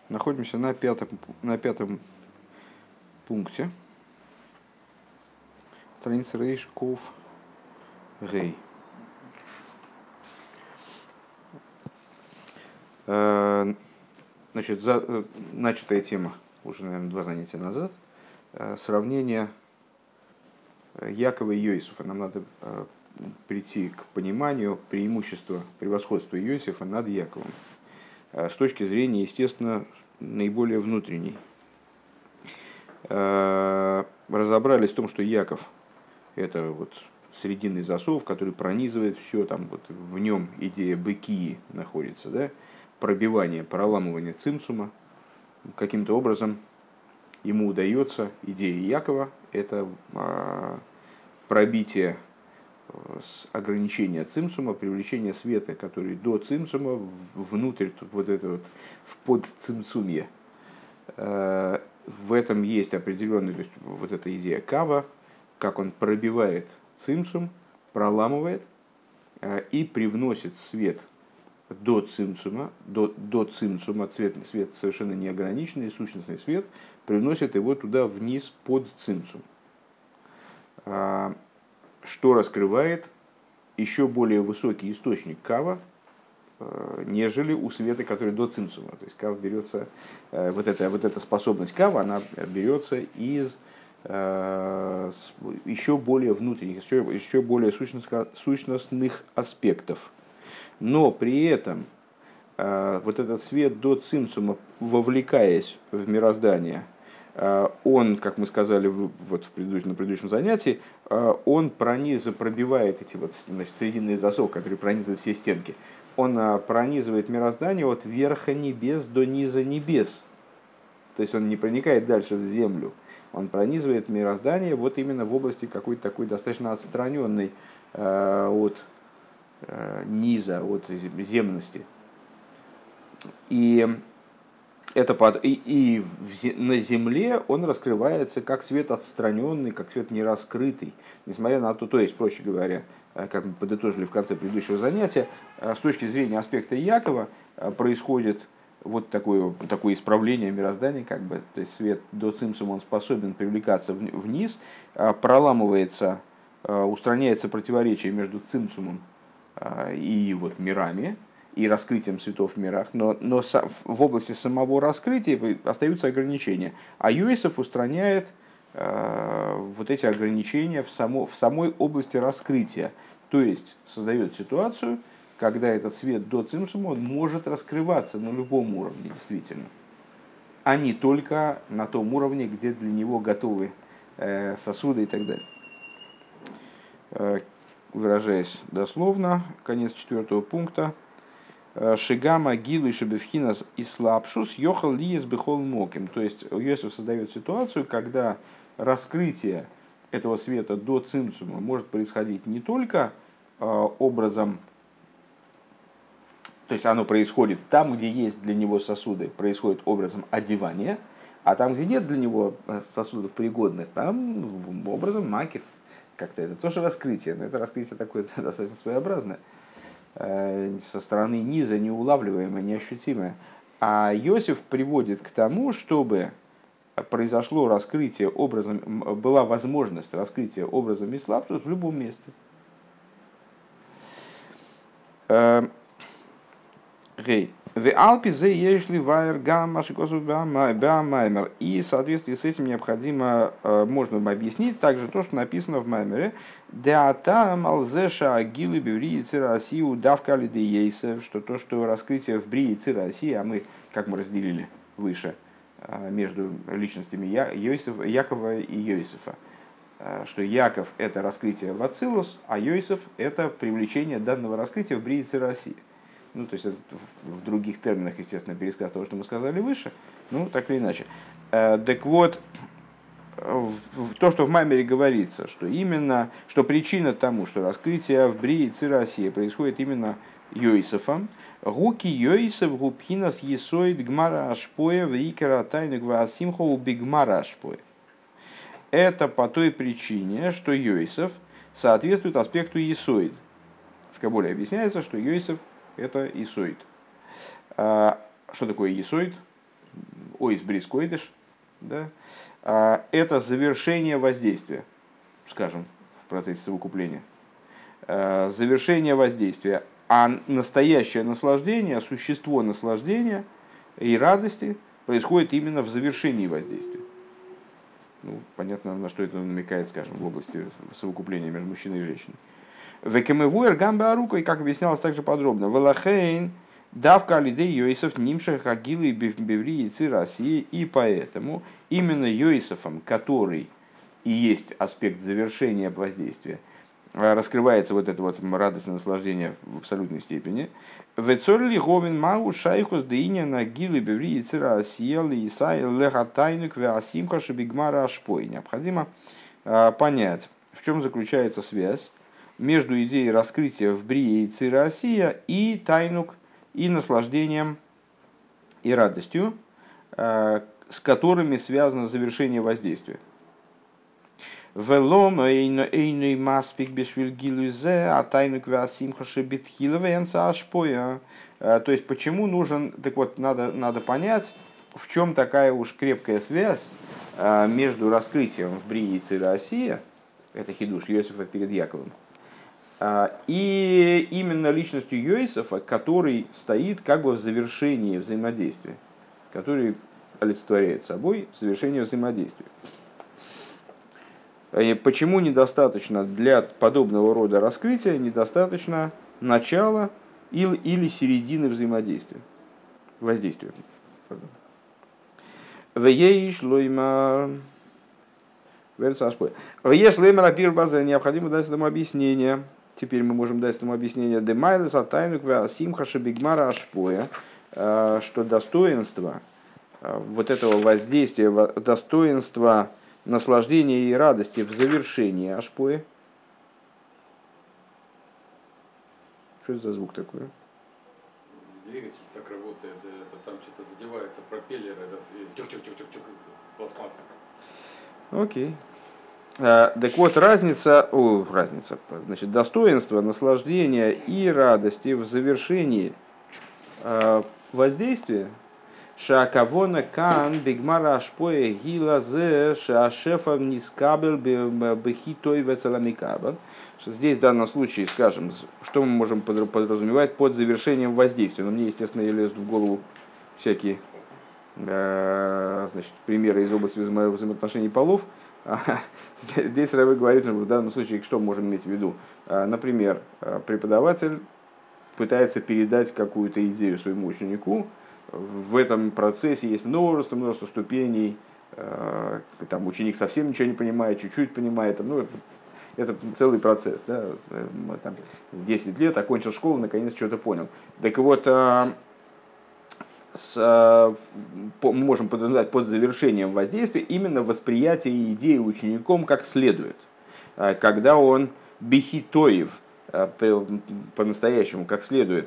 Находимся на пятом пункте. Страница Рейш Ков Гей. Значит, начатая тема уже, наверное, 2 занятия назад. Сравнение Якова и Йосефа. Нам надо прийти к пониманию преимущества, превосходства Йосефа над Яковом. С точки зрения, естественно, наиболее внутренней. Разобрались в том, что Яков – это вот срединный засов, который пронизывает все, там вот в нем идея быкии находится, да? Пробивание, проламывание цимсума. Каким-то образом ему удается, идея Якова – это пробитие ограничения цимсума, привлечение света, который до цимсума, внутрь вот это вот, в подцимсумье. В этом есть определенная, то есть вот эта идея кава, как он пробивает цимсум, проламывает и привносит свет до цимсума, до цимсума, свет совершенно неограниченный, сущностный свет, привносит его туда вниз под цимсум, что раскрывает еще более высокий источник кава, нежели у света, который до цимсума. То есть кав берется, вот эта способность кава, она берется из еще более внутренних, еще более сущностных аспектов. Но при этом вот этот свет до цимсума, вовлекаясь в мироздание, он, как мы сказали вот на предыдущем занятии, он пробивает эти вот, значит, срединные засовы, которые пронизывают все стенки. Он пронизывает мироздание от верха небес до низа небес. То есть он не проникает дальше в землю. Он пронизывает мироздание вот именно в области какой-то такой достаточно отстраненной от низа, от земности. И на земле он раскрывается как свет отстраненный, как свет нераскрытый. Несмотря на то есть, проще говоря, как мы подытожили в конце предыдущего занятия, с точки зрения аспекта Якова происходит вот такое исправление мироздания, как бы, то есть свет до цимсума он способен привлекаться вниз, проламывается, устраняется противоречие между цимсумом и вот мирами, и раскрытием светов в мирах, но в области самого раскрытия остаются ограничения. А Йосеф устраняет вот эти ограничения в самой области раскрытия. То есть создает ситуацию, когда этот свет до цимсума он может раскрываться на любом уровне, действительно, а не только на том уровне, где для него готовы сосуды и так далее. Выражаясь дословно, конец 4 пункта. Шигама гилу и шебевхинас и слабшус йохал лиес бехол моким. То есть Йосеф создает ситуацию, когда раскрытие этого света до цимсума может происходить не только образом, то есть оно происходит там, где есть для него сосуды, происходит образом одевания, а там, где нет для него сосудов пригодных, там образом макив. Как-то это тоже раскрытие, но это раскрытие такое достаточно своеобразное, со стороны низа неулавливаемое, неощутимое. А Йосеф приводит к тому, чтобы произошло раскрытие образом, была возможность раскрытия образа Миславшус в любом месте. И в соответствии с этим необходимо, можно объяснить также то, что написано в Маймере, что то, что раскрытие в Брии Цираси, а мы, как мы разделили выше, между личностями Якова и Йосефа, что Яков – это раскрытие в Ацилус, а Йосеф – это привлечение данного раскрытия в Брии Цираси. Ну, то есть это в других терминах, естественно, пересказ того, что мы сказали выше, ну, так или иначе. Так вот, то, что в Маймере говорится, что именно, что причина тому, что раскрытие в Брии Цираси происходит именно Йосефом, гуки Йосеф губхинас есоид гмара ашпоя вейкера тайны гваасимхоу бигмара ашпоя. Это по той причине, что Йосеф соответствует аспекту есоид. В Каболе объясняется, что Йосеф — это есоид. Что такое есоид? ойс брискойдыш, да, это завершение воздействия, скажем, в процессе совокупления. Завершение воздействия. А настоящее наслаждение, существо наслаждения и радости происходит именно в завершении воздействия. Ну, понятно, на что это намекает, скажем, в области совокупления между мужчиной и женщиной. Векемевуэр гамбе рука, и как объяснялось также подробно. Велахейн давка алидей Йосиф нимшах агилы беври и России, и поэтому именно Йосифом, который и есть аспект завершения воздействия, раскрывается вот это вот радостное наслаждение в абсолютной степени. Вецорли говин мау шайхус деиня на гилы беври и цира асиел исай лехатайнук веасимха шебигмара ашпой. Необходимо понять, в чем заключается связь между идеей раскрытия в брии и цира асия и тайнук, и наслаждением и радостью, с которыми связано завершение воздействия. Велом эйной маспик бешвильгилузе, а тайнук веасимха шебитхиловенца ашпоя. То есть, почему нужен... Так вот, надо понять, в чем такая уж крепкая связь между раскрытием в брии и цира асия, это хидуш Йосифа перед Яковом, и именно личностью Йосифа, который стоит как бы в завершении взаимодействия, который олицетворяет собой завершение взаимодействия. И почему недостаточно для подобного рода раскрытия, недостаточно начала или середины взаимодействия, воздействия. Вееш лойма... Вееш лойма база, необходимо дать этому объяснение. Теперь мы можем дать этому объяснение. Демайлес атайнук веасимха шебигмара ашпоя, что достоинство вот этого воздействия, достоинство наслаждения и радости в завершении ашпоя. Что это за звук такой? Двигатель так работает, это там что-то задевается, пропеллер, тюк-тюк-тюк-тюк-тюк, пластмасса. Окей. Так вот, разница, значит, достоинство, наслаждения и радости в завершении воздействия. Шакавона кан бигмара ашпоя гилазе шашефа нискабель бехитой вецаламикабель. Здесь в данном случае, скажем, что мы можем подразумевать под завершением воздействия. Но мне, естественно, лезут в голову всякие значит, примеры из области взаимоотношений полов. Здесь Рэбе говорит, что в данном случае, что мы можем иметь в виду? Например, преподаватель пытается передать какую-то идею своему ученику. В этом процессе есть множество ступеней. Там ученик совсем ничего не понимает, чуть-чуть понимает. Ну, это целый процесс. Да? Там, 10 лет, окончил школу, наконец что-то понял. Так вот, мы можем подразумевать под завершением воздействия именно восприятие идеи учеником как следует. Когда он бихитоев, по-настоящему, как следует,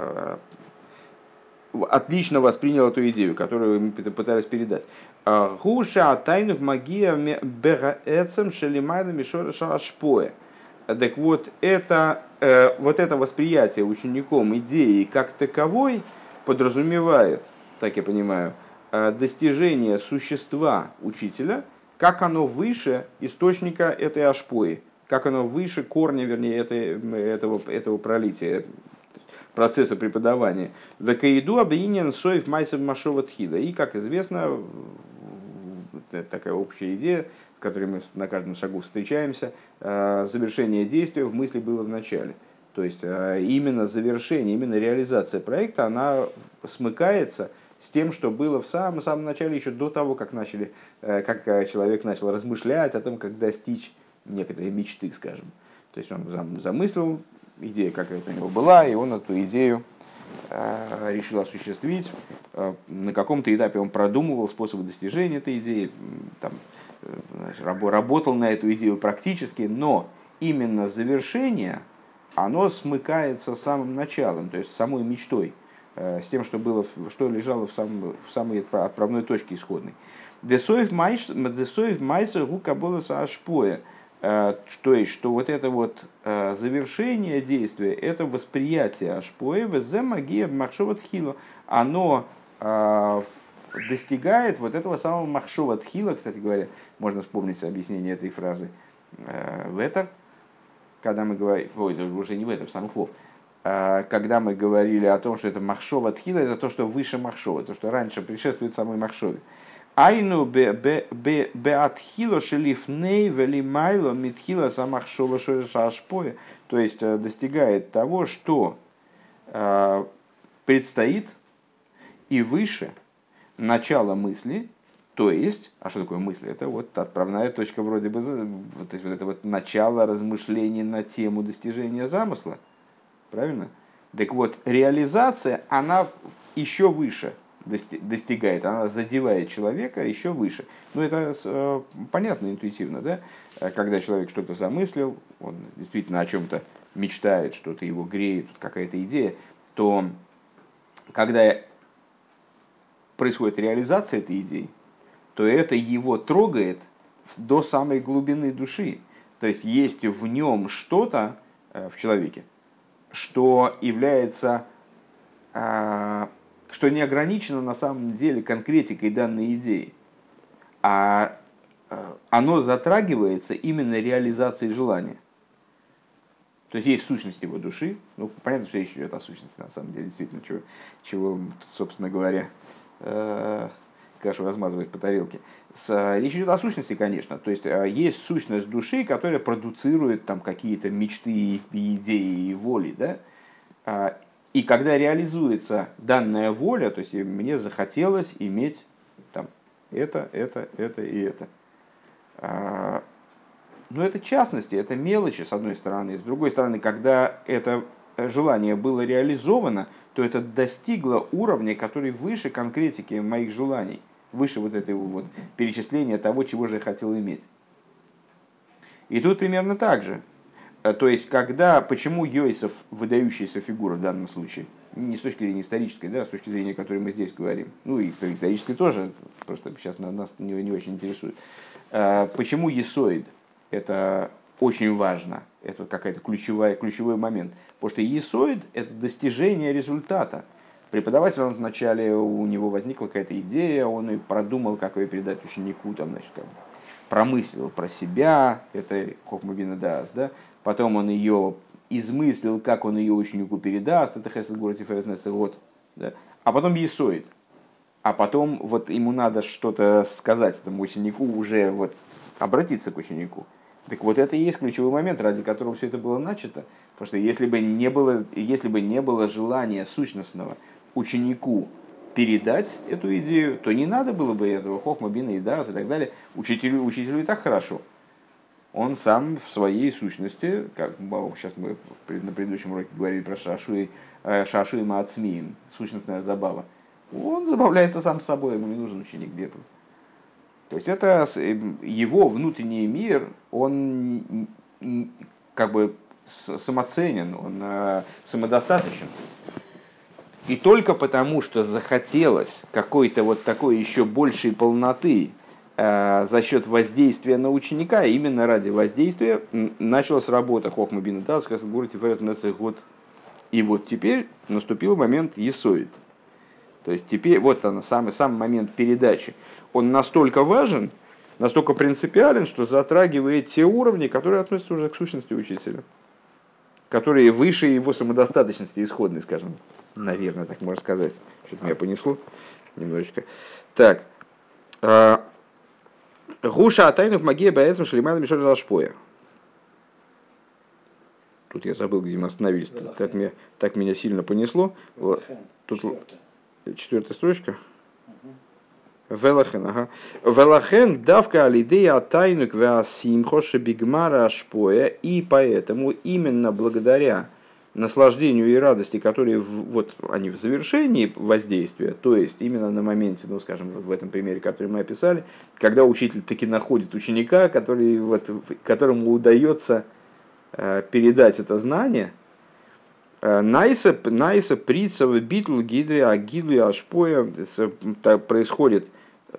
отлично воспринял эту идею, которую мы пытались передать. Гуша тайну в магия бегаэцем шелимайна мишора шашпоэ. Так вот это восприятие учеником идеи как таковой подразумевает, так я понимаю, достижение существа учителя, как оно выше источника этой ашпои, как оно выше корня, вернее, этого пролития, процесса преподавания. Векаиду объединен соев майсов машова тхида. И, как известно, это такая общая идея, с которой мы на каждом шагу встречаемся, завершение действия в мысли было в начале. То есть именно завершение, именно реализация проекта, она смыкается с тем, что было в самом начале, еще до того, как человек начал размышлять о том, как достичь некоторые мечты, скажем. То есть он замыслил, идея какая-то у него была, и он эту идею решил осуществить. На каком-то этапе он продумывал способы достижения этой идеи, там, работал на эту идею практически, но именно завершение, оно смыкается с самым началом, то есть с самой мечтой, с тем, что лежало в самой отправной точке исходной. Десоев майса гука болоса ашпоя. То есть, что вот это вот завершение действия, это восприятие ашпоя, везе магия махшова тхило, оно достигает вот этого самого махшова тхила, кстати говоря, можно вспомнить объяснение этой фразы в этом, когда мы говорим, ой, уже не в этом, в самых вов, когда мы говорили о том, что это махшова тхила, это то, что выше махшова, то, что раньше предшествует самой махшове. Айну беатхило шелифней велимайло митхила самахшова шашпоя, то есть достигает того, что предстоит и выше начала мысли, то есть, а что такое мысль? Это вот отправная точка вроде бы, то есть вот это вот начало размышлений на тему достижения замысла, правильно? Так вот, реализация, она еще выше достигает, она задевает человека еще выше. Ну, это понятно интуитивно, да? Когда человек что-то замыслил, он действительно о чем-то мечтает, что-то его греет, какая-то идея, то когда происходит реализация этой идеи, то это его трогает до самой глубины души. То есть в нем что-то, в человеке, что является, что не ограничено на самом деле конкретикой данной идеи, а оно затрагивается именно реализацией желания. То есть есть сущность его души. Ну, понятно, что речь идет о сущности, на самом деле, действительно, чего собственно говоря, кашу размазывать по тарелке. Речь идет о сущности, конечно. То есть есть сущность души, которая продуцирует там какие-то мечты, и идеи и воли. Да? И когда реализуется данная воля, то есть мне захотелось иметь там, это и это. Но это частности, это мелочи, с одной стороны. С другой стороны, когда это желание было реализовано, то это достигло уровня, который выше конкретики моих желаний, выше вот этого вот перечисления того, чего же я хотел иметь. И тут примерно так же. То есть, почему Йосеф выдающаяся фигура в данном случае, не с точки зрения исторической, да, а с точки зрения, о которой мы здесь говорим, ну и исторической тоже, просто сейчас нас не очень интересует. Почему Есоид? Это очень важно, это какой-то ключевой момент. Потому что есоид – это достижение результата. Преподаватель, он вначале, у него возникла какая-то идея, он и продумал, как ее передать ученику, там, значит, промыслил про себя, это хохма бина даас, да? Потом он ее измыслил, как он ее ученику передаст, это хесед гвура тиферет нецах год, да? А потом есоид. А потом вот ему надо что-то сказать этому ученику, уже вот обратиться к ученику. Так вот это и есть ключевой момент, ради которого все это было начато. Потому что если бы не было желания сущностного ученику передать эту идею, то не надо было бы этого хохма, бина и даас и так далее. Учителю и так хорошо. Он сам в своей сущности, как сейчас мы на предыдущем уроке говорили про шашу и маацмиим, сущностная забава, он забавляется сам с собой, ему не нужен ученик где-то. То есть это его внутренний мир, он как бы самоценен, он самодостаточен. И только потому, что захотелось какой-то вот такой еще большей полноты за счет воздействия на ученика, именно ради воздействия началась работа хохма бина даас, хесед гвура тиферет нецах год. И вот теперь наступил момент есоид. То есть теперь вот он, самый момент передачи. Он настолько важен, настолько принципиален, что затрагивает те уровни, которые относятся уже к сущности учителя, которые выше его самодостаточности исходной, скажем. Наверное, так можно сказать. Что-то меня понесло немножечко. Так. Гуша атайнух магия баэцм шалимайна мишоль рашпоя. Тут я забыл, где мы остановились. Так меня сильно понесло. Тут 4-я строчка. Велахен, ага. Велахен давка алидея тайнук веасимхо шебигмара ашпоя. И поэтому именно благодаря наслаждению и радости, которые вот они в завершении воздействия, то есть именно на моменте, ну скажем, в этом примере, который мы описали, когда учитель таки находит ученика, которому удается передать это знание, Найса прицев битл гидри агилу и ашпоя, происходит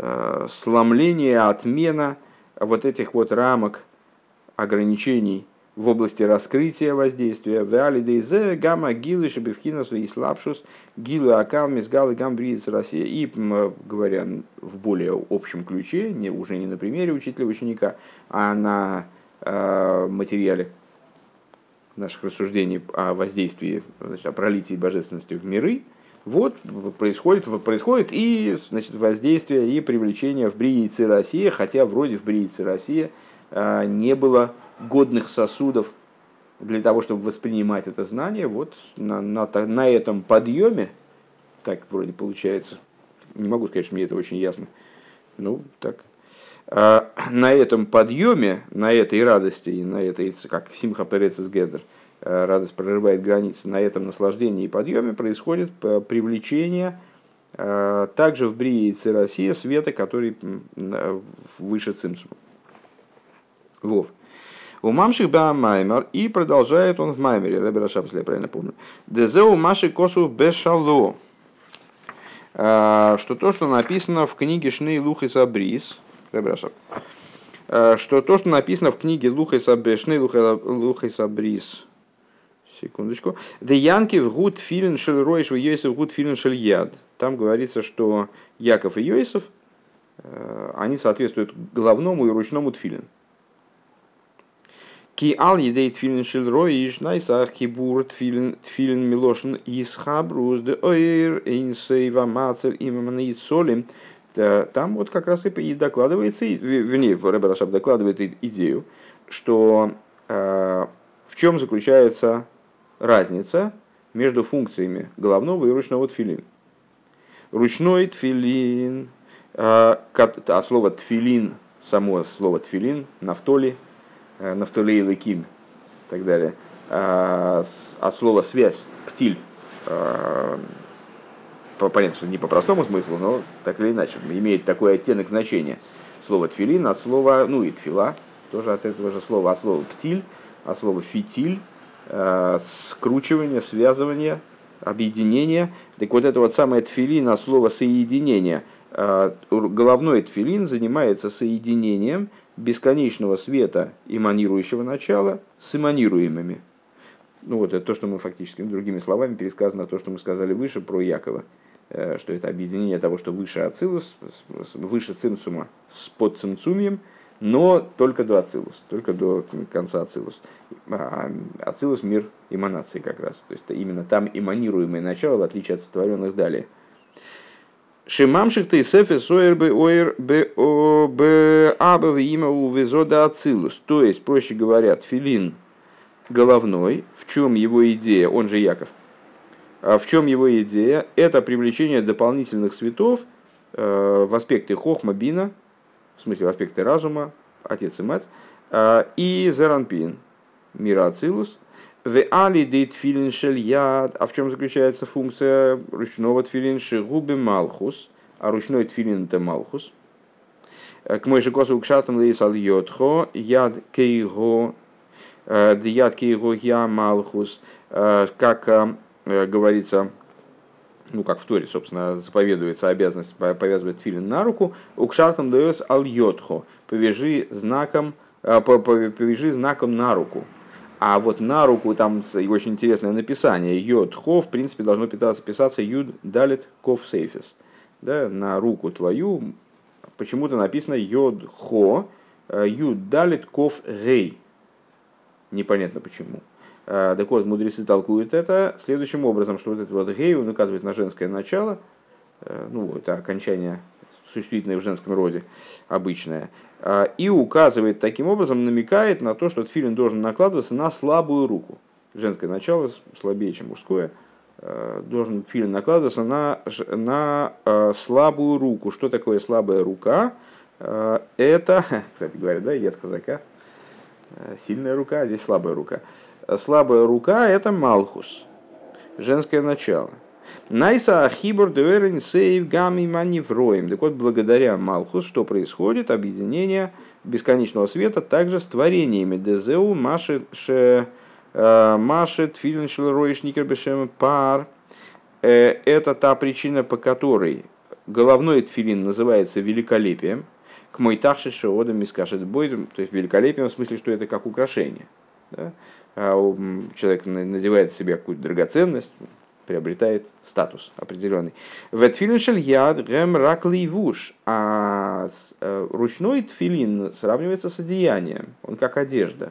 сломление, отмена вот этих вот рамок, ограничений в области раскрытия воздействия. Веалидейзе гамма гилы шебевхинас вейслапшус гилу акав мизгалы гамбриец Россия. И говоря в более общем ключе, уже не на примере учителя ученика, а на материале наших рассуждений о воздействии, значит, о пролитии божественности в миры, вот происходит и, значит, воздействие и привлечение в Бриице Россия, хотя вроде в Бриице Россия не было годных сосудов для того, чтобы воспринимать это знание. Вот на этом подъеме, так вроде получается, не могу сказать, что мне это очень ясно, ну так, на этом подъеме, на этой радости, на этой, как Симха Перецес Гедер, радость прорывает границы, на этом наслаждении и подъеме происходит привлечение также в Бриице Россия света, который выше Цимсума. Вов. У Мамших ба Маймер, и продолжает он в Маймере, Ребе Рашаб, если я правильно помню. Дезеу Маши Косу Бешало. Что то, что написано в книге Шней Лухис Абрис, Ребе Рашаб, что то, что написано в книге Шней Лухис Абрис, секундочку, Де Янки в гуд филин шель роиш в Йосиф гуд филин шель яд. Там говорится, что Яков и Йосиф, они соответствуют головному и ручному тфилин. Ки ал едей тфилин шель роиш найсах кибур тфилин милошн исхабрус де ойр эйнсейва мацер имаманит солим. Там вот как раз и докладывается, вернее, Ребе Рашаб докладывает идею, что в чем заключается разница между функциями головного и ручного тфилин. Ручной тфилин, а слово тфилин, само слово тфилин, нафтоли, нафтолей леким и так далее, от слова связь, птиль, понятно, что не по простому смыслу, но так или иначе, имеет такой оттенок значения. Слово тфилин от слова, ну и тфила, тоже от этого же слова, от слова птиль, от слова фитиль, скручивание, связывание, объединение. Так вот это вот самое тфилин от слова соединение. Головной тфилин занимается соединением бесконечного света эманирующего начала с эманируемыми. Ну вот это то, что мы фактически, другими словами, пересказано то, что мы сказали выше про Якова, что это объединение того, что выше Ацилус, выше Цимсума с подцимцумием, но только до Ацилус, только до конца Ацилус. Ацилус — мир эманации как раз. То есть именно там эманируемое начало, в отличие от сотворенных далее. Шимамших ты сефе соер бы оер бы абов има увезода Ацилус. То есть, проще говоря, тфилин головной, в чем его идея, он же Яков, в чем его идея, это привлечение дополнительных светов в аспекты хохма бина, в смысле в аспекты разума, отец и мать, и зеранпин, мира Ацилус, в али де тфилин шель яд, а в чем заключается функция ручного тфилин шегубе малхус, а ручной тфилин это малхус, к мой же косу кшатам лейсал йодхо, яд кейго, яд кейго я малхус, как говорится, ну, как в Торе, собственно, заповедуется обязанность повязывать тфилин на руку, укшартам даёс ал йодхо, повяжи знаком на руку. А вот на руку там очень интересное написание. Йодхо, в принципе, должно писаться юд далит ков сейфис. Да, на руку твою почему-то написано йодхо, юд далит ков гей. Непонятно почему. Так вот, мудрецы толкуют это следующим образом, что вот этот вот гей, он указывает на женское начало, ну, это окончание существительное в женском роде, обычное, и указывает таким образом, намекает на то, что тфилин должен накладываться на слабую руку. Женское начало слабее, чем мужское, должен тфилин накладываться на слабую руку. Что такое слабая рука? Это, кстати говоря, да, ед хазака, сильная рука, а здесь слабая рука. Слабая рука — это малхус, женское начало. Найса ахибор дуэрин сейв гами маневроем. Так вот, благодаря малхус, что происходит? Объединение бесконечного света также с творениями. Дезеу машет филин шелроишникер бешем пар. Это та причина, по которой головной тфилин называется великолепием. К мой тахши шеодам мискашет бойдом. То есть великолепием в смысле, что это как украшение. Да? Человек надевает на себя какую-то драгоценность, приобретает статус определенный. В тфилин шель яд гэм рак ливуш. А ручной тфилин сравнивается с одеянием. Он как одежда.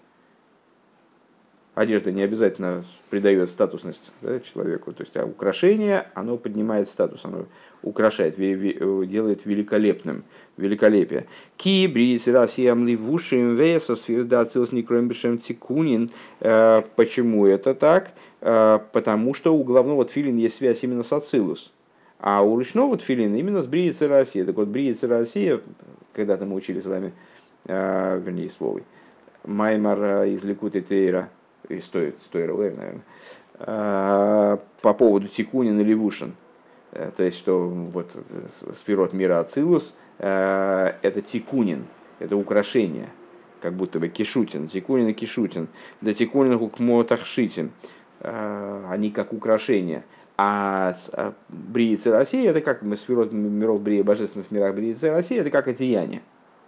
Одежда не обязательно придает статусность, да, человеку. То есть, а украшение, оно поднимает статус, оно украшает, делает великолепным, великолепие. Ки брис расиям ливушим веса сфирдацилс никромбишем тикунин. Почему это так? Потому что у головного тфилин есть связь именно с ацилус, а у ручного тфилина именно с бриицей России. Так вот, бриицей России, когда-то мы учили с вами, вернее, словой, Маймар из Ликуты Тейра, и стоит РЛР, наверное, по поводу Тикунин и Левушин. То есть, что вот сферот мира Ацилус это Тикунин, это украшение, как будто бы кишутин, Тикунин и кишутин, да Тикунин хукмотахшитин, они как украшения. А бриица России это как сферот миров Брия, божественных мирах бриица России, это как одеяние.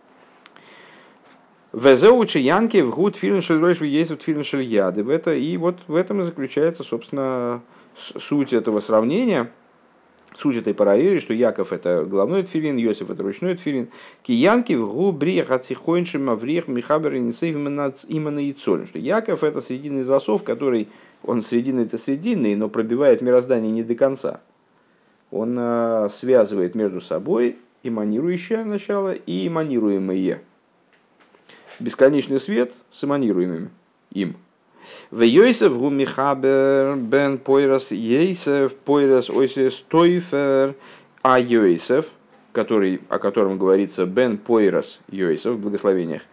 Везеучи Янки в гуд филин шельройш есть филин шельяды. И вот в этом и заключается, собственно, суть этого сравнения, суть этой параллели, что Яков это головной тфилин, Йосиф это ручной тфилин. Ки Янки в гуд бриях ацихойншим авриях михабер инсейв именно яйцоль. Что Яков это срединный засов, который, он срединный это срединный, но пробивает мироздание не до конца. Он связывает между собой эманирующее начало и эманируемое. Бесконечный свет с эманируемым им. В Йосеф гу михабер бен пойрас Йосеф пойрас ойсес тойфер, а Йосеф, о котором говорится бен пойрас Йосеф в благословениях,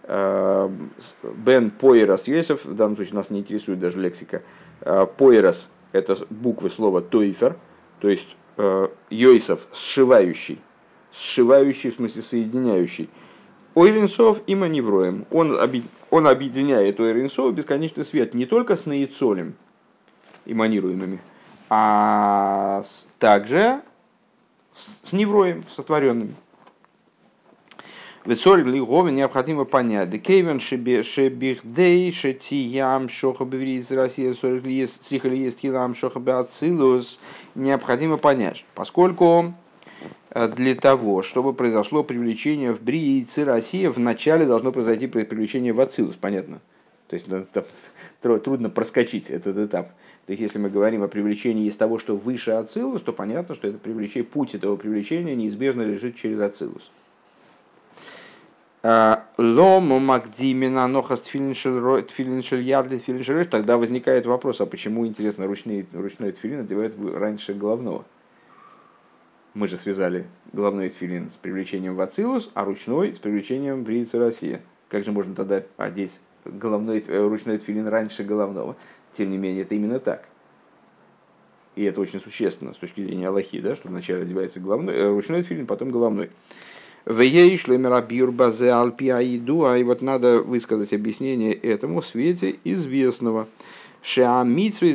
бен пойрас Йосеф, в данном случае нас не интересует даже лексика, пойрас это буквы слова тойфер, то есть Йосеф сшивающий в смысле соединяющий. Ойринсов и маневроем. Он объединяет Ойринсов бесконечный свет не только с наицолем, эманируемыми, а также с невроем, сотворенными. Вецорг Лигове необходимо понять. Декейвен шебихдей шетиям шохабеври из России сорг есть стрихали есть хилам шохабеацилус. Необходимо понять, поскольку для того, чтобы произошло привлечение в Бриице России, вначале должно произойти привлечение в Ацилус, понятно? То есть трудно проскочить этот этап. То есть если мы говорим о привлечении из того, что выше Ацилус, то понятно, что это привлечение, путь этого привлечения неизбежно лежит через Ацилус. Тогда возникает вопрос, а почему, интересно, ручной тфилин одевают раньше головного? Мы же связали головной тфилин с привлечением в Ацилус, а ручной с привлечением в Бриице Россия. Как же можно тогда одеть ручной тфилин раньше головного? Тем не менее, это именно так. И это очень существенно с точки зрения алахи, да, что вначале одевается ручной тфилин, потом головной. И вот надо высказать объяснение этому в свете известного. Шеамитсвейс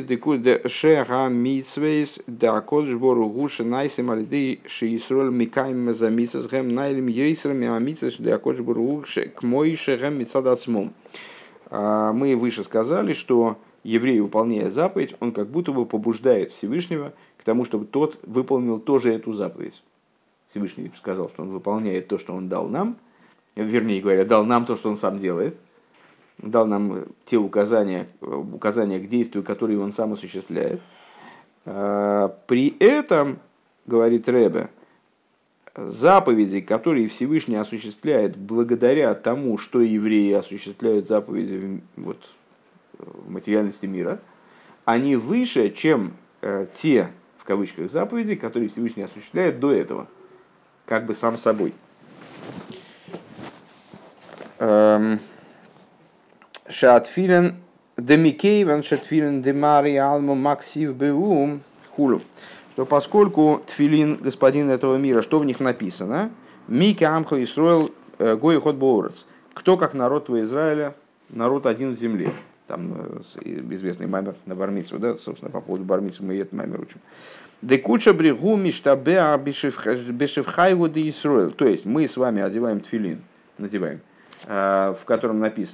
да коджбору гуши найсим альды шиисроль микаем замитсас гэм найлем ейсрами амитсвейс да коджбору гуши к мойше гэм митсадацмум. Мы выше сказали, что еврей, выполняя заповедь, он как будто бы побуждает Всевышнего к тому, чтобы тот выполнил тоже эту заповедь. Всевышний сказал, что он выполняет то, что он дал нам, вернее говоря, дал нам то, что он сам делает, дал нам те указания к действию, которые он сам осуществляет. При этом, говорит Ребе, заповеди, которые Всевышний осуществляет благодаря тому, что евреи осуществляют заповеди в материальности мира, они выше, чем те, в кавычках, заповеди, которые Всевышний осуществляет до этого, как бы сам собой. Шатфилен демикейван шатфилен демари алму максив беум хулу. Что поскольку тфилин господин этого мира, что в них написано? Мика амхо Исроэл гой ход боорец. Кто как народ твой Израиля, народ один в земле. Там известный маймер на бармицу, да, собственно, по поводу бармицу мы и этот маймер учим. Декуча брегу миштабеа бешевхайву де Исроэл. То есть мы с вами одеваем тфилин, надеваем, в котором написано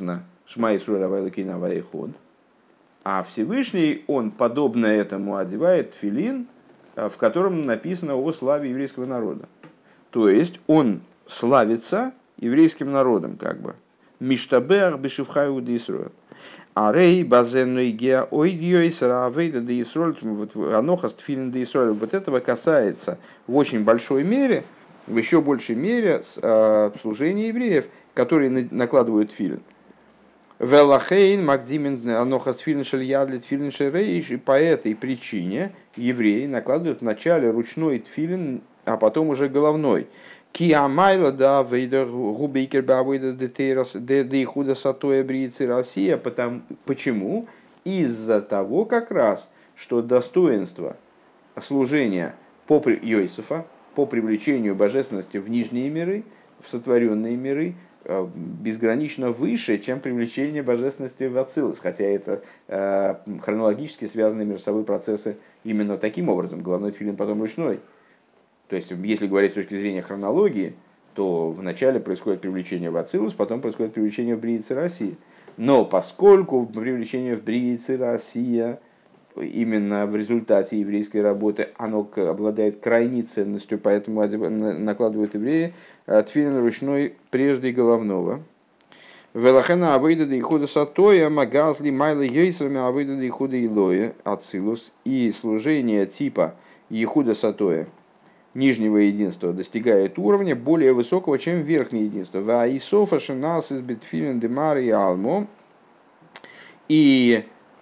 Шма Исруэль Авай Элокейну Авай Эход. А Всевышний, он, подобно этому, одевает тфилин, в котором написано о славе еврейского народа. То есть он славится еврейским народом, как бы. Миштабех бешивхаю де Исруэль. А рей базенной геа ойдьёйс равейда де Исруэль, анохас тфилин де Исруэль. Вот этого касается в очень большой мере, в еще большей мере служения евреев, которые накладывают тфилин. Велахейн Макдимин Анохас Тфилин Шельядли Тфилин Шерейш, и по этой причине евреи накладывают вначале ручной тфилин, а потом уже головной. Киамайла да вейдер губейкер бавейда детерас де ихуда сатоя бриицы Россия. Почему? Из-за того как раз, что достоинство служения по Йосифа, по привлечению божественности в нижние миры, в сотворенные миры, безгранично выше, чем привлечение божественности в Ацилус, хотя это хронологически связанные между собой процессы именно таким образом, головной тфилин, потом ручной. То есть, если говорить с точки зрения хронологии, то вначале происходит привлечение в Ацилус, потом происходит привлечение в Бриице Россия. Но поскольку привлечение в Бриице Россия именно в результате еврейской работы, оно обладает крайней ценностью, поэтому накладывают евреи тфилин ручной прежде головного. Велахена авейда да ихуда сатоя магазли майла йейсрами авейда да ихуда илоя ацилус. И служение типа ихуда сатоя, нижнего единства, достигает уровня более высокого, чем верхнее единство. Ваисофа шинас из битфилин демар и алмо. И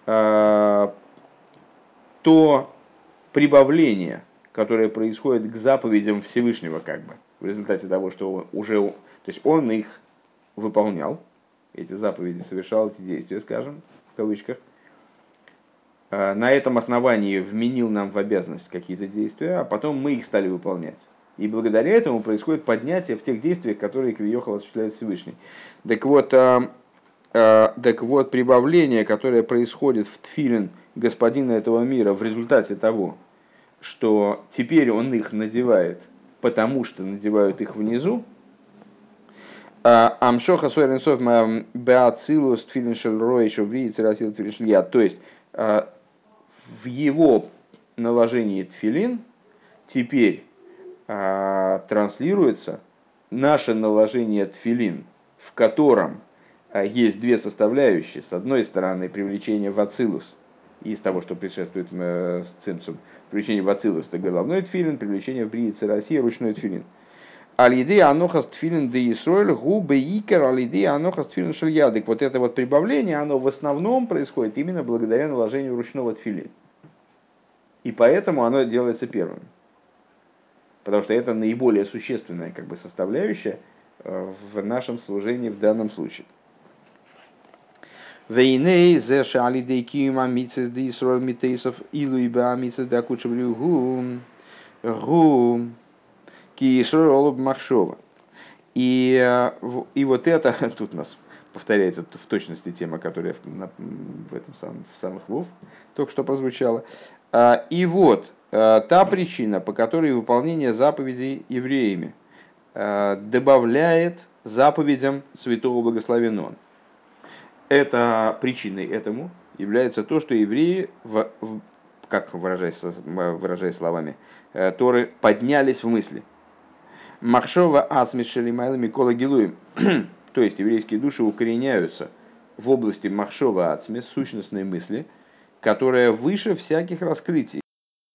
то прибавление, которое происходит к заповедям Всевышнего, как бы, в результате того, что он уже, то есть он их выполнял, эти заповеди, совершал эти действия, скажем, в кавычках, на этом основании вменил нам в обязанность какие-то действия, а потом мы их стали выполнять. И благодаря этому происходит поднятие в тех действиях, которые Квиохал осуществляет Всевышний. Так вот, прибавление, которое происходит в тфилин господина этого мира в результате того, что теперь он их надевает, потому что надевают их внизу, Амшоха Суэренсов Беацилус Тфилин Шельрой Шовриец Расил Тфилин Шелья. То есть в его наложении тфилин теперь транслируется наше наложение тфилин, в котором есть две составляющие. С одной стороны, привлечение в ацилус из того, что предшествует цимцум. Привлечение в ацилус — это головной тфилин, привлечение в бриице России — ручной тфилин. Алиды анохас тфилин де Исроэль губы икер алиды анохас тфилин шельядык. Вот это вот прибавление, оно в основном происходит именно благодаря наложению ручного тфилин. И поэтому оно делается первым. Потому что это наиболее существенная, как бы, составляющая в нашем служении в данном случае. Вейней зе шалидей кима мицес де Исроэль митейсов илу иба мицес де акучевлю гу ки Исроэль олуб махшова. И вот это, тут у нас повторяется в точности тема, которая в этом в самых вов только что прозвучала. И вот та причина, по которой выполнение заповедей евреями добавляет заповедям святого благословен он. Это причиной этому является то, что евреи, как выражаясь словами Торы, поднялись в мысли. Махшова ацмишели майлами кола гилуем. То есть еврейские души укореняются в области махшова ацмис, сущностной мысли, которая выше всяких раскрытий.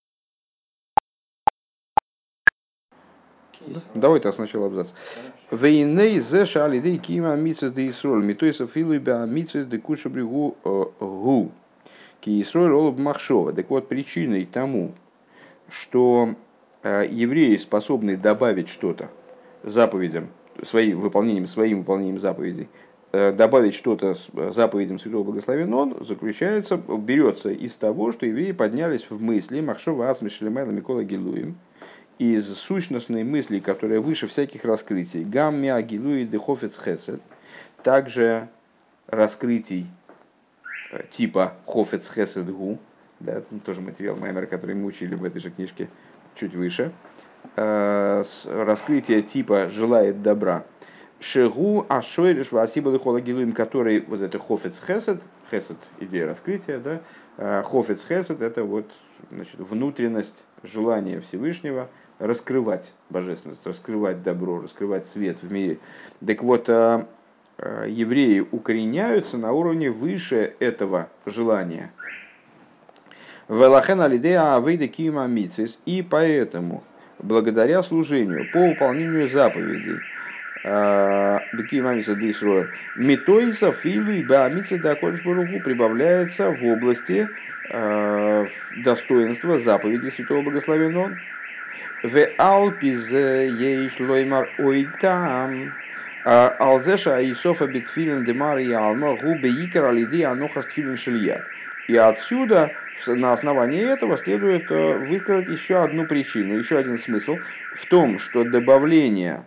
Давай так сначала абзац. Вейней зе шалидей кима митсвес де Исроэль митойсов филуйба митсвес де кушабригу гу ки Исроэль олуб махшова. Так вот, причиной тому, что евреи способны добавить что-то заповедям, своим выполнением заповедей, добавить что-то заповедям святого благословен он, берется из того, что евреи поднялись в мысли махшова ацми шлемайла микола гилуем, из сущностной мысли, которая выше всяких раскрытий. Гаммя гилуи дехофец хесед, также раскрытий типа хофец хесед гу, да, тоже материал Маймера, который мы учили в этой же книжке чуть выше, раскрытие типа желает добра. Шегу ашойриш васиба лихола гилуим, который вот это хофец хесед, хесед идея раскрытия, да, хофец хесед это вот, значит, внутренность желания Всевышнего раскрывать божественность, раскрывать добро, раскрывать свет в мире. Так вот, евреи укореняются на уровне выше этого желания. Велахен алидея авейда кима мицвис, и поэтому благодаря служению по выполнению заповедей кима мицвис дисроэль митоиса филу и баамица дакодж баругу прибавляется в области достоинства заповеди Святого Благословенного Он. В алпиз ейш лоймар ойтам алзеша аисофа битфилин демар и алма губе икер алиди анохас тфилин шильят. И отсюда, на основании этого, следует высказать еще одну причину, еще один смысл в том, что добавление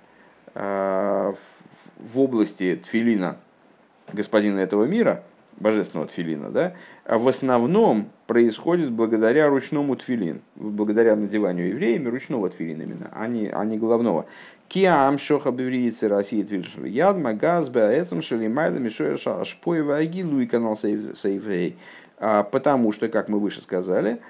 в области тфилина господина этого мира, божественного тфилина, да, в основном происходит благодаря ручному тфилин, благодаря надеванию евреями ручного тфилина именно, а не головного. Киам шоха бевриицы России твильшев яд магаз баэцам шалимайда мишуэша ашпоева агилу и канал сейфей. Потому что, как мы выше сказали,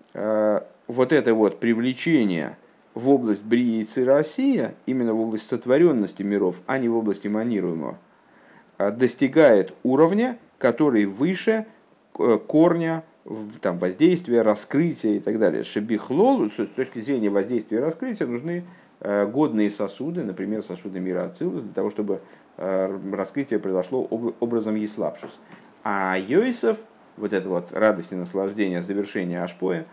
вот это вот привлечение в область бриицы Россия, именно в область сотворенности миров, а не в области манируемого, достигает уровня, который выше корня там, воздействия, раскрытия и так далее. Шебихлол, с точки зрения воздействия и раскрытия, нужны годные сосуды, например, сосуды мира Ацилус, для того, чтобы раскрытие произошло образом Еслапшус. А Йосеф, вот это вот радость и наслаждение завершения Ашпоя,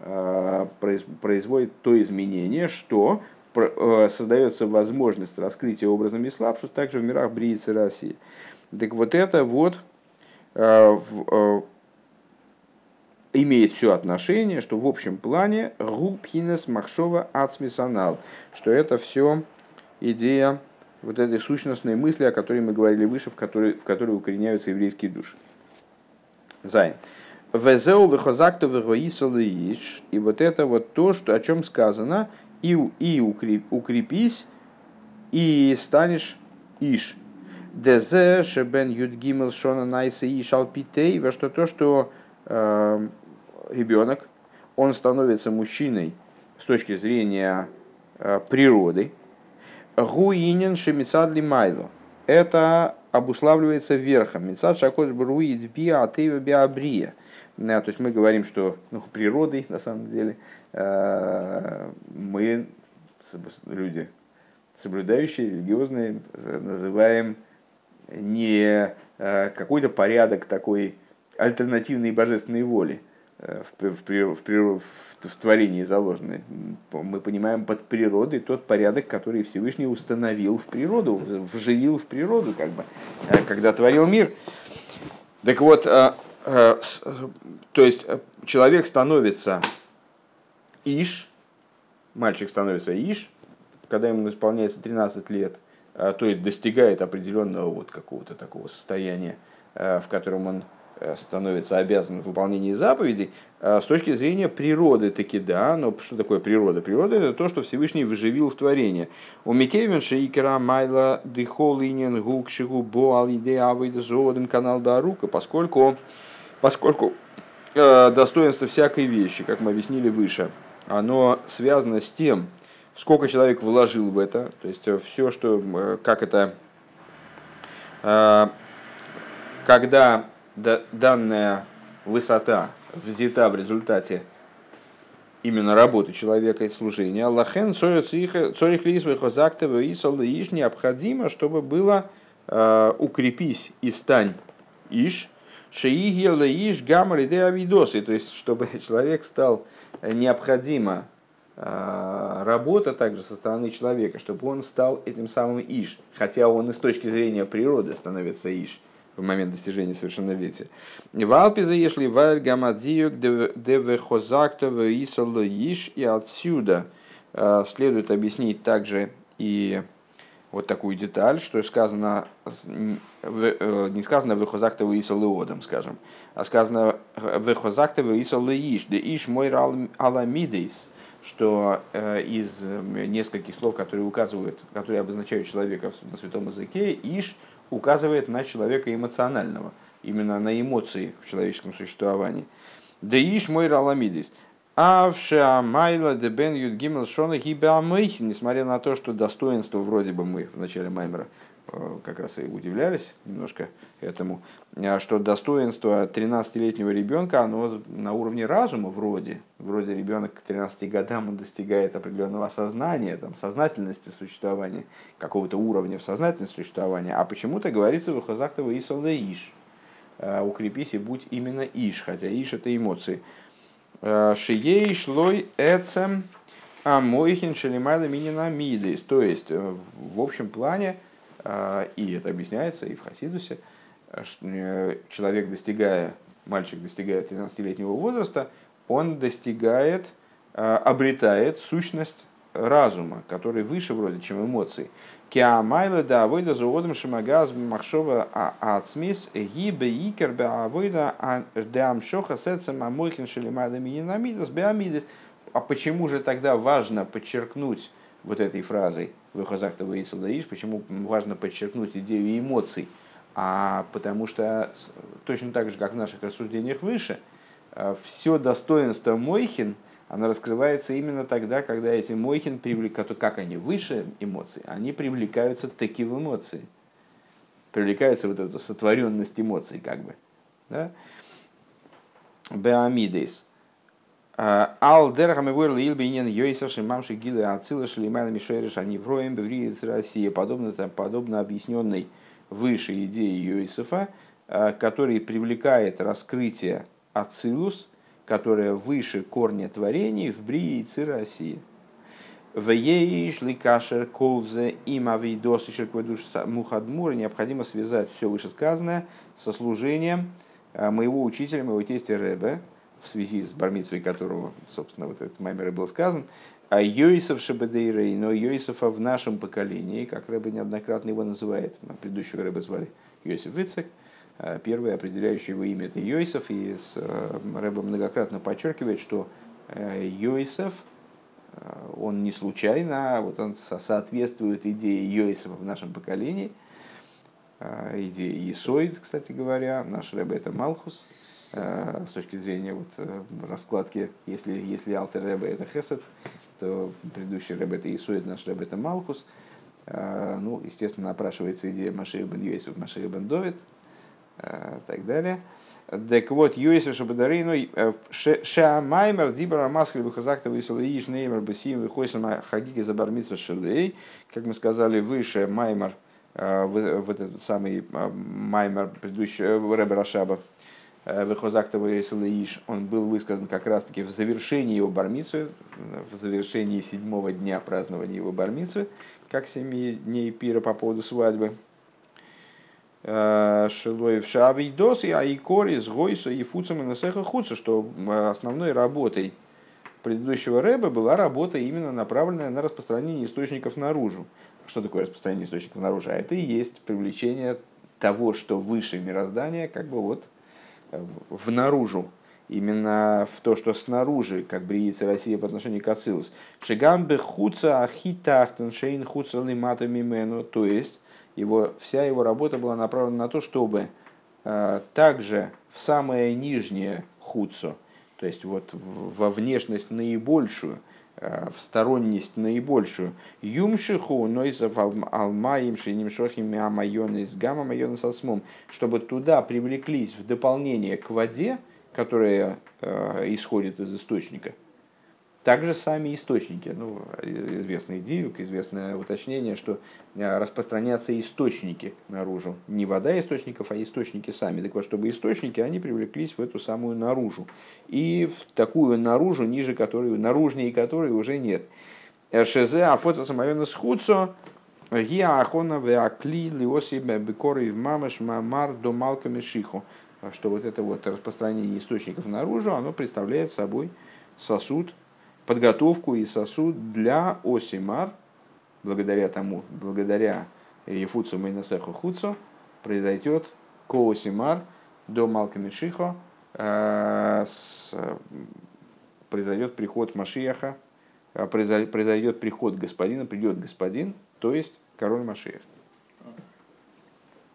производит то изменение, что создается возможность раскрытия образом Еслапшус также в мирах Бриицы России. Так вот это вот имеет все отношение, что в общем плане губхинес махшова ацмисанал, что это все идея вот этой сущностной мысли, о которой мы говорили выше, в которой укореняются еврейские души. Зайн. Везеу вехозакту вегоисолыиш. И вот это вот то, что, о чем сказано, и укрепись, и станешь иш. Дезе шебен юдгимел шона найса иш алпитей. Во что то, что ребенок, он становится мужчиной с точки зрения природы. Гуинен шемицадли майло. Это обуславливается верхом. Мицад шакош бруид биа атева биабрия. То есть мы говорим, что природой, на самом деле, мы, люди соблюдающие, религиозные, называем не какой-то порядок такой альтернативной божественной воли в творении заложенной. Мы понимаем под природой тот порядок, который Всевышний установил в природу, вживил в природу, как бы, когда творил мир. Так вот, то есть человек становится иш, мальчик становится иш, когда ему исполняется 13 лет, то есть достигает определенного вот какого-то такого состояния, в котором он становится обязан в выполнении заповедей, с точки зрения природы таки да, но что такое природа? Природа — это то, что Всевышний выживил в творении. У Микевен шейкера майла дыхол инен гук шигу бо алиде авейда зоодем канал дарука, поскольку достоинство всякой вещи, как мы объяснили выше, оно связано с тем, сколько человек вложил в это, то есть все, что, как это, когда данная высота взята в результате именно работы человека и служения, лахен цорих лизвы хозактова и солыиш, необходимо, чтобы было укрепись и стань иш, шеиги лаиш гамар иде авидосы, то есть чтобы человек стал, необходимо работа также со стороны человека, чтобы он стал этим самым иш, хотя он и с точки зрения природы становится иш в момент достижения совершеннолетия. В Алпизе ешли валь гамадзиюк девехозактова и солоиш, и отсюда следует объяснить также и вот такую деталь, что сказано, не сказано вехозактова и солеодом, скажем, а сказано вехозактова и солеиш, де иш мой аламидейс, что из нескольких слов, которые указывают, которые обозначают человека на святом языке, иш указывает на человека эмоционального, именно на эмоции в человеческом существовании. Да иш мой раламидис. Авша майла де бен ют гимел шона гибамых, несмотря на то, что достоинство, вроде бы мы в начале Маймера как раз и удивлялись немножко этому, что достоинство 13-летнего ребенка, оно на уровне разума вроде ребенок к 13 годам он достигает определенного осознания, там, сознательности существования, какого-то уровня в сознательности существования, а почему-то говорится в Хазахтова Исалда Иш, укрепись и будь именно Иш, хотя Иш это эмоции. Шией шлой эцем амойхин шелимайла мининамидис. То есть, в общем плане, и это объясняется и в Хасидусе, человек, мальчик достигает 13-летнего возраста, он обретает сущность разума, который выше вроде, чем эмоции. Киамайла да авойда заодом шамагаз махшова ацмис гибе икер бе авойда деамшоха сецем амойхин шелимайла мининамидас беамидас. А почему же тогда важно подчеркнуть вот этой фразой «Вехозахтова и Салдаиш», почему важно подчеркнуть идею эмоций? А потому что точно так же, как в наших рассуждениях выше, все достоинство Мойхин, оно раскрывается именно тогда, когда эти Мойхин привлекают, как они выше эмоций, они привлекаются таки в эмоции. Привлекается вот эта сотворенность эмоций, как бы. Да? Беамидейс. Ал дерхам вырл илбинен йойсов шимамши гилы ацилы шлимайна мишериш они вроем бевриец России, подобно объясненной выше идеи Йосифа, который привлекает раскрытие ацилус, которое выше корня творений в брии и России. В ей шли кашер колзе им авидос и шеркведуш мухадмур. Необходимо связать все вышесказанное со служением моего учителя, моего тестя Ребе, в связи с бармицвой которого, собственно, вот этот маймер и был сказан, а Йосиф Шебедейрей, но Йосифа в нашем поколении, как Ребе неоднократно его называет, предыдущего Ребе звали Йосиф Вицек, первый определяющий его имя это Йосиф, и Ребе многократно подчеркивает, что Йосиф, он не случайно, вот он соответствует идее Йосифа в нашем поколении, идее Исоид, кстати говоря, наш Ребе это Малхус, с точки зрения вот раскладки, если Алтер Ребе это Хесед, то предыдущий Ребе это Исоид, наш Ребе это Малхус. Ну, естественно, напрашивается идея Машея бен Йосиф, Машея бен Довид, так далее. Так вот, Йосиф Шабадарей, ну, Шеамаймер, Дибара Маскли, Бухазактова, Исалаиш, Неймер, Бесим, Выхойсам, Хагиги, Забармитсва, Шелей. Как мы сказали выше, Маймер, вот этот самый Маймер предыдущего Ребе Рашаба, Выхозактова Исалаиш, он был высказан как раз-таки в завершении его бармицвы, в завершении 7-го дня празднования его бармицвы, как 7 дней пира по поводу свадьбы. Шилоев Шавидос и Айкори с Гойсо и Фуцем и Насеха Хуца, что основной работой предыдущего Рэба была работа именно направленная на распространение источников наружу. Что такое распространение источников наружу? А это и есть привлечение того, что выше мироздания, как бы вот в наружу, именно в то, что снаружи, как бриится Россия по отношению к Ацилус. Шигамбе хуца ахитахтен шейн хуца лимата мимену, то есть вся его работа была направлена на то, чтобы также в самое нижнее хуцо, то есть вот во внешность наибольшую, в сторонность наибольшую, юмшиху нойзав алмаим шинимшохим амайонис гамма майонис асмом, чтобы туда привлеклись в дополнение к воде, которая исходит из источника, также сами источники. Ну, известный дивик, известное уточнение, что распространятся источники наружу. Не вода источников, а источники сами. Так вот, чтобы источники, они привлеклись в эту самую наружу. И в такую наружу, наружнее которой уже нет. Шезе, а фото самайона схудцо, гиа ахона веакли лиосибе бекоры в мамаш мамар до малка мешиху. Что вот это вот распространение источников наружу, оно представляет собой сосуд, подготовку и сосуд для осимар, благодаря Ефуцу Мейнасеху Хуцу, произойдет коосимар до Малкамишихо, произойдет приход Машиаха, произойдет приход господина, придет господин, то есть король Машиах.